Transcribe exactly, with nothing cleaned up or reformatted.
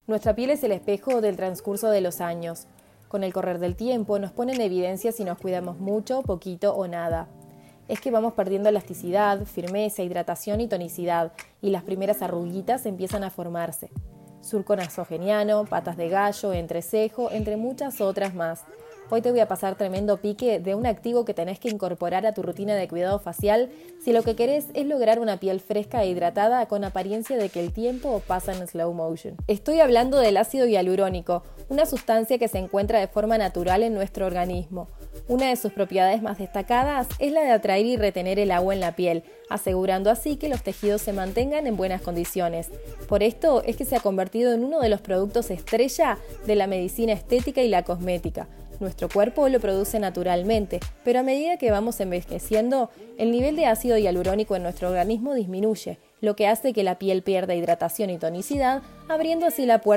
Nuestra piel es el espejo del transcurso de los años. Con el correr del tiempo nos pone en evidencia si nos cuidamos mucho, poquito o nada. Es que vamos perdiendo elasticidad, firmeza, hidratación y tonicidad, y las primeras arruguitas empiezan a formarse. Surco nasogeniano, patas de gallo, entrecejo, entre muchas otras más. Hoy te voy a pasar tremendo pique de un activo que tenés que incorporar a tu rutina de cuidado facial si lo que querés es lograr una piel fresca e hidratada con apariencia de que el tiempo pasa en slow motion. Estoy hablando del ácido hialurónico, una sustancia que se encuentra de forma natural en nuestro organismo. Una de sus propiedades más destacadas es la de atraer y retener el agua en la piel, asegurando así que los tejidos se mantengan en buenas condiciones. Por esto es que se ha convertido en uno de los productos estrella de la medicina estética y la cosmética. Nuestro cuerpo lo produce naturalmente, pero a medida que vamos envejeciendo, el nivel de ácido hialurónico en nuestro organismo disminuye, lo que hace que la piel pierda hidratación y tonicidad, abriendo así la puerta